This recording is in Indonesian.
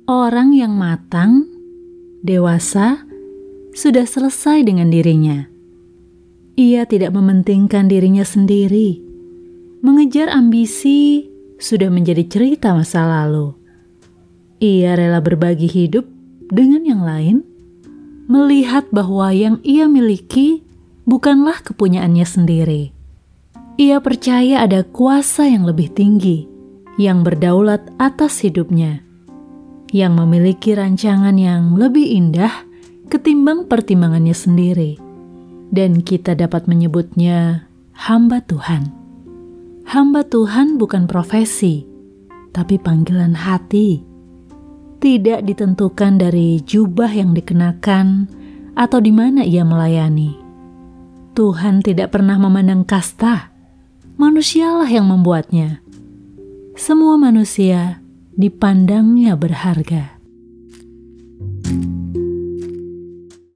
Orang yang matang, dewasa, sudah selesai dengan dirinya. Ia tidak mementingkan dirinya sendiri. Mengejar ambisi sudah menjadi cerita masa lalu. Ia rela berbagi hidup dengan yang lain, melihat bahwa yang ia miliki bukanlah kepunyaannya sendiri. Ia percaya ada kuasa yang lebih tinggi, yang berdaulat atas hidupnya, yang memiliki rancangan yang lebih indah ketimbang pertimbangannya sendiri. Dan kita dapat menyebutnya hamba Tuhan. Hamba Tuhan bukan profesi, tapi panggilan hati. Tidak ditentukan dari jubah yang dikenakan atau di mana ia melayani. Tuhan tidak pernah memandang kasta. Manusialah yang membuatnya. Semua manusia dipandangnya berharga.